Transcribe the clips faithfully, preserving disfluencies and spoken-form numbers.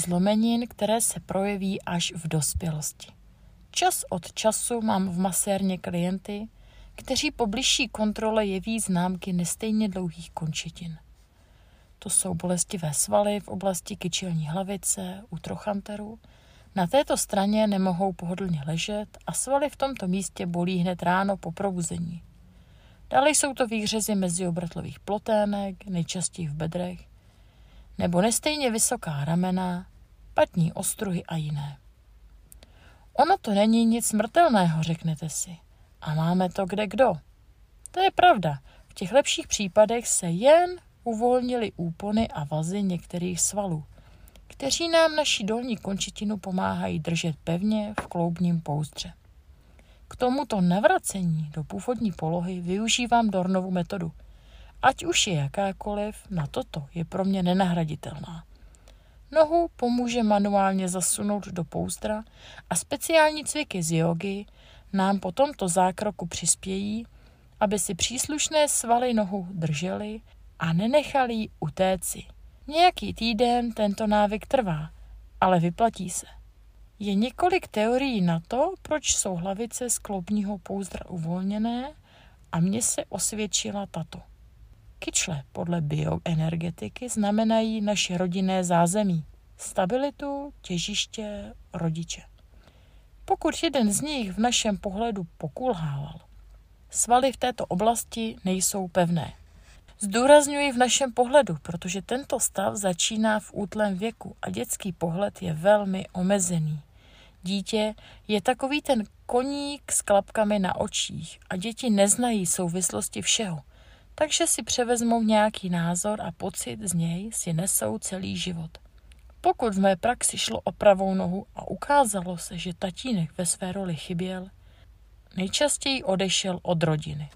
zlomenin, které se projeví až v dospělosti. Čas od času mám v masérně klienty, kteří po bližší kontrole jeví známky nestejně dlouhých končetin. To jsou bolestivé svaly v oblasti kyčelní hlavice, u trochanteru. Na této straně nemohou pohodlně ležet a svaly v tomto místě bolí hned ráno po probuzení. Dále jsou to výřezy meziobratlových plotének, nejčastěji v bedrech, nebo nestejně vysoká ramena, patní ostruhy a jiné. Ono to není nic smrtelného, řeknete si. A máme to kde kdo. To je pravda. V těch lepších případech se jen uvolnily úpony a vazy některých svalů, kteří nám naši dolní končetinu pomáhají držet pevně v kloubním pouzdře. K tomuto navracení do původní polohy využívám Dornovu metodu. Ať už je jakákoliv, na toto je pro mě nenahraditelná. Nohu pomůže manuálně zasunout do pouzdra a speciální cviky z jógy nám po tomto zákroku přispějí, aby si příslušné svaly nohu držely a nenechali ji utéci. Nějaký týden tento návyk trvá, ale vyplatí se. Je několik teorií na to, proč jsou hlavice z kloubního pouzdra uvolněné a mně se osvědčila tato. Kyčle podle bioenergetiky znamenají naše rodinné zázemí, stabilitu, těžiště, rodiče. Pokud jeden z nich v našem pohledu pokulhával, svaly v této oblasti nejsou pevné. Zdůrazňuji v našem pohledu, protože tento stav začíná v útlém věku a dětský pohled je velmi omezený. Dítě je takový ten koník s klapkami na očích a děti neznají souvislosti všeho, takže si převezmou nějaký názor a pocit z něj si nesou celý život. Pokud v mé praxi šlo o pravou nohu a ukázalo se, že tatínek ve své roli chyběl, nejčastěji odešel od rodiny.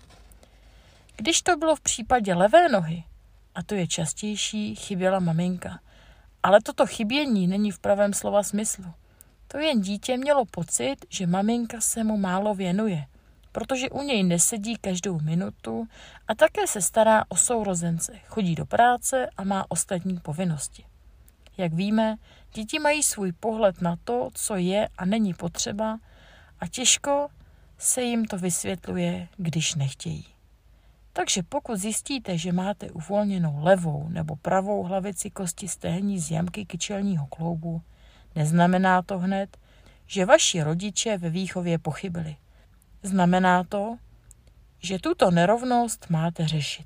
Když to bylo v případě levé nohy, a to je častější, chyběla maminka. Ale toto chybění není v pravém slova smyslu. To jen dítě mělo pocit, že maminka se mu málo věnuje, protože u něj nesedí každou minutu a také se stará o sourozence, chodí do práce a má ostatní povinnosti. Jak víme, děti mají svůj pohled na to, co je a není potřeba a těžko se jim to vysvětluje, když nechtějí. Takže pokud zjistíte, že máte uvolněnou levou nebo pravou hlavici kosti stehní z jamky kyčelního kloubu, neznamená to hned, že vaši rodiče ve výchově pochybili. Znamená to, že tuto nerovnost máte řešit.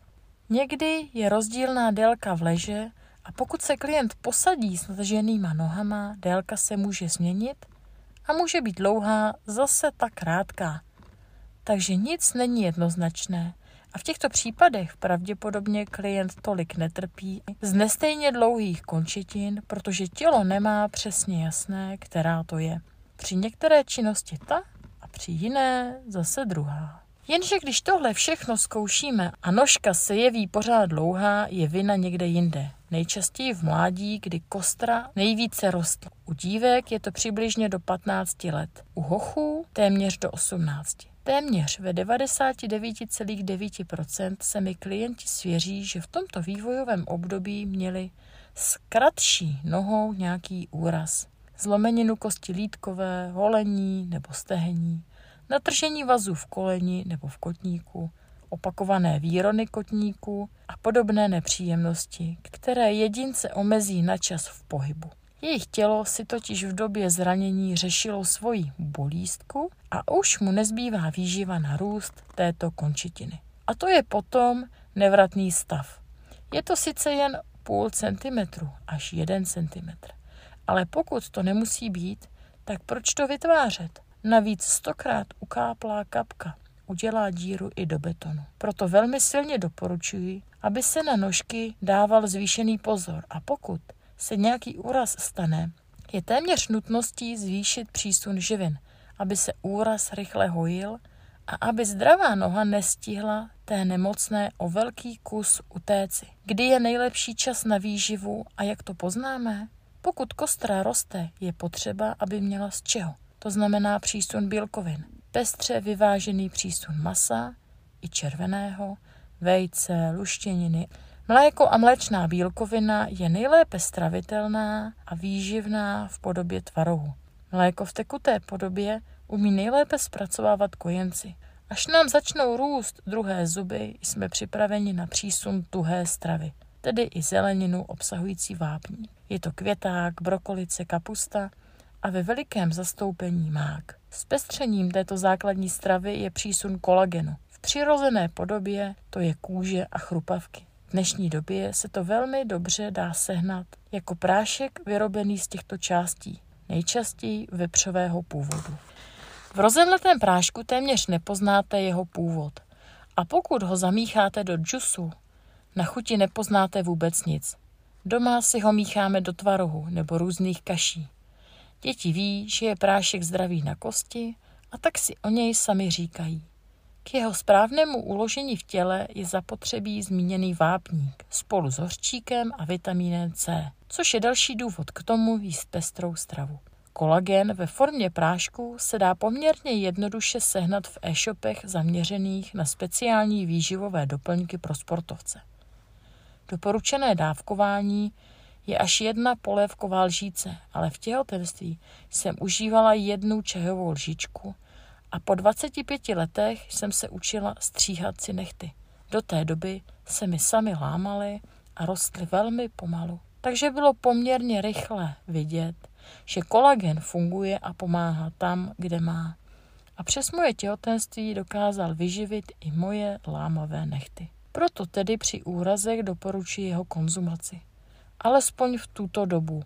Někdy je rozdílná délka v leže a pokud se klient posadí s nataženýma nohama, délka se může změnit a může být dlouhá zase tak krátká. Takže nic není jednoznačné. A v těchto případech pravděpodobně klient tolik netrpí z nestejně dlouhých končetin, protože tělo nemá přesně jasné, která to je. Při některé činnosti ta a při jiné zase druhá. Jenže když tohle všechno zkoušíme a nožka se jeví pořád dlouhá, je vina někde jinde. Nejčastěji v mládí, kdy kostra nejvíce rostla. U dívek je to přibližně do patnácti let. U hochů téměř do osmnácti. Téměř ve devadesát devět celá devět procent se mi klienti svěří, že v tomto vývojovém období měli s kratší nohou nějaký úraz. Zlomeninu kosti lítkové, holení nebo stehení, natržení vazů v koleni nebo v kotníku, opakované výrony kotníku a podobné nepříjemnosti, které jedince omezí na čas v pohybu. Jejich tělo si totiž v době zranění řešilo svoji bolístku a už mu nezbývá výživa na růst této končetiny. A to je potom nevratný stav. Je to sice jen půl centimetru až jeden centimetr, ale pokud to nemusí být, tak proč to vytvářet? Navíc stokrát ukáplá kapka udělá díru i do betonu. Proto velmi silně doporučuji, aby se na nožky dával zvýšený pozor a pokud se nějaký úraz stane, je téměř nutností zvýšit přísun živin, aby se úraz rychle hojil a aby zdravá noha nestihla té nemocné o velký kus utéci. Kdy je nejlepší čas na výživu a jak to poznáme? Pokud kostra roste, je potřeba, aby měla z čeho. To znamená přísun bílkovin. Pestře vyvážený přísun masa i červeného, vejce, luštěniny, Mléko a mléčná bílkovina je nejlépe stravitelná a výživná v podobě tvarohu. Mléko v tekuté podobě umí nejlépe zpracovávat kojenci. Až nám začnou růst druhé zuby, jsme připraveni na přísun tuhé stravy, tedy i zeleninu obsahující vápník. Je to květák, brokolice, kapusta a ve velikém zastoupení mák. Zpestřením této základní stravy je přísun kolagenu. V přirozené podobě to je kůže a chrupavky. V dnešní době se to velmi dobře dá sehnat jako prášek vyrobený z těchto částí, nejčastěji vepřového původu. V rozenletém prášku téměř nepoznáte jeho původ a pokud ho zamícháte do džusu, na chuti nepoznáte vůbec nic. Doma si ho mícháme do tvarohu nebo různých kaší. Děti ví, že je prášek zdravý na kosti a tak si o něj sami říkají. K jeho správnému uložení v těle je zapotřebí zmíněný vápník spolu s hořčíkem a vitamínem C, což je další důvod k tomu jíst pestrou stravu. Kolagen ve formě prášku se dá poměrně jednoduše sehnat v e-shopech zaměřených na speciální výživové doplňky pro sportovce. Doporučené dávkování je až jedna polévková lžíce, ale v těhotenství jsem užívala jednu čajovou lžičku a po dvaceti pěti letech jsem se učila stříhat si nehty. Do té doby se mi sami lámaly a rostly velmi pomalu. Takže bylo poměrně rychle vidět, že kolagen funguje a pomáhá tam, kde má. A přes moje těhotenství dokázal vyživit i moje lámavé nehty. Proto tedy při úrazech doporučuji jeho konzumaci. Alespoň v tuto dobu.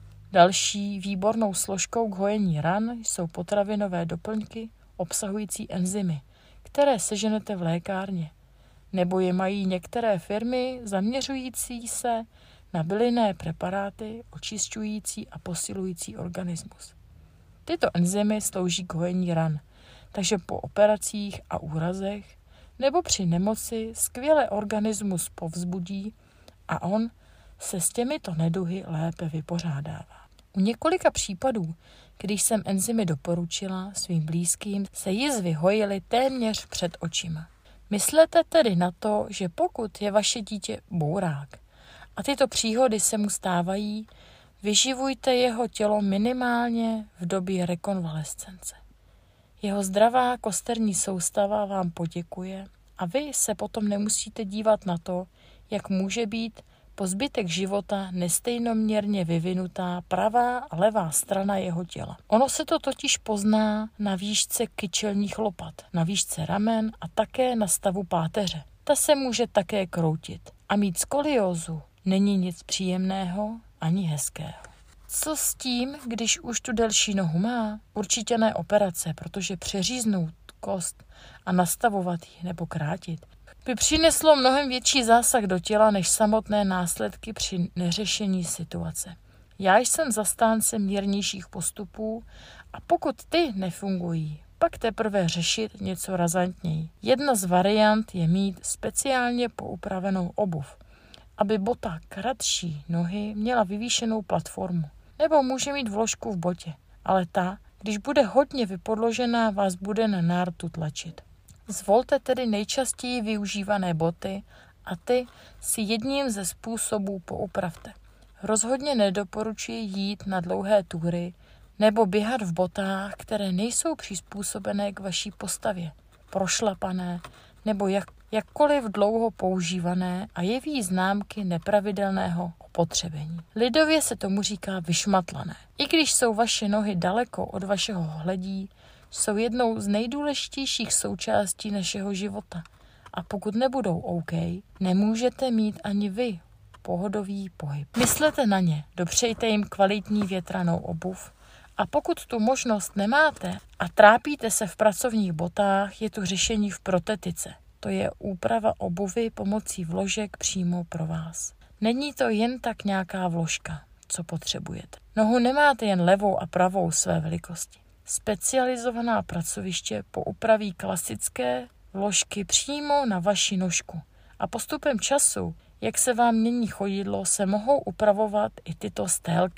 Další výbornou složkou k hojení ran jsou potravinové doplňky obsahující enzymy, které seženete v lékárně, nebo je mají některé firmy zaměřující se na bylinné preparáty očišťující a posilující organismus. Tyto enzymy slouží k hojení ran, takže po operacích a úrazech nebo při nemoci skvěle organismus povzbudí a on se s těmito neduhy lépe vypořádává. U několika případů, když jsem enzymy doporučila svým blízkým, se jizvy hojily téměř před očima. Myslete tedy na to, že pokud je vaše dítě bourák a tyto příhody se mu stávají, vyživujte jeho tělo minimálně v době rekonvalescence. Jeho zdravá kosterní soustava vám poděkuje a vy se potom nemusíte dívat na to, jak může být po zbytek života nestejnoměrně vyvinutá pravá a levá strana jeho těla. Ono se to totiž pozná na výšce kyčelních lopat, na výšce ramen a také na stavu páteře. Ta se může také kroutit a mít skoliózu není nic příjemného ani hezkého. Co s tím, když už tu delší nohu má? Určitě ne operace, protože přeříznout kost a nastavovat ji nebo krátit by přineslo mnohem větší zásah do těla než samotné následky při neřešení situace. Já jsem zastáncem mírnějších postupů a pokud ty nefungují, pak teprve řešit něco razantněji. Jedna z variant je mít speciálně poupravenou obuv, aby bota kratší nohy měla vyvýšenou platformu. Nebo může mít vložku v botě, ale ta, když bude hodně vypodložená, vás bude na nártu tlačit. Zvolte tedy nejčastěji využívané boty a ty si jedním ze způsobů poupravte. Rozhodně nedoporučuji jít na dlouhé túry nebo běhat v botách, které nejsou přizpůsobené k vaší postavě, prošlapané nebo jak, jakkoliv dlouho používané a jeví známky nepravidelného opotřebení. Lidově se tomu říká vyšmatlané. I když jsou vaše nohy daleko od vašeho hledí, jsou jednou z nejdůležitějších součástí našeho života. A pokud nebudou OK, nemůžete mít ani vy pohodový pohyb. Myslete na ně, dopřejte jim kvalitní větranou obuv a pokud tu možnost nemáte a trápíte se v pracovních botách, je tu řešení v protetice. To je úprava obuvy pomocí vložek přímo pro vás. Není to jen tak nějaká vložka, co potřebujete. Nohu nemáte jen levou a pravou své velikosti. Specializovaná pracoviště poupraví klasické vložky přímo na vaši nožku a postupem času, jak se vám mění chodidlo, se mohou upravovat i tyto stélky,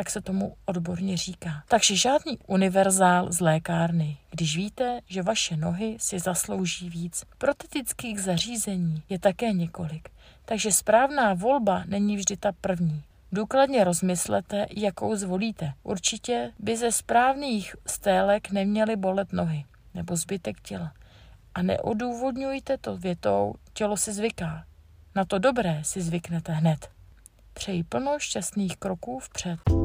tak se tomu odborně říká. Takže žádný univerzál z lékárny, když víte, že vaše nohy si zaslouží víc. Protetických zařízení je také několik, takže správná volba není vždy ta první. Důkladně rozmyslete, jakou zvolíte. Určitě by ze správných stélek neměly bolet nohy nebo zbytek těla. A neodůvodňujte to větou, tělo si zvyká. Na to dobré si zvyknete hned. Přeji plno šťastných kroků vpřed.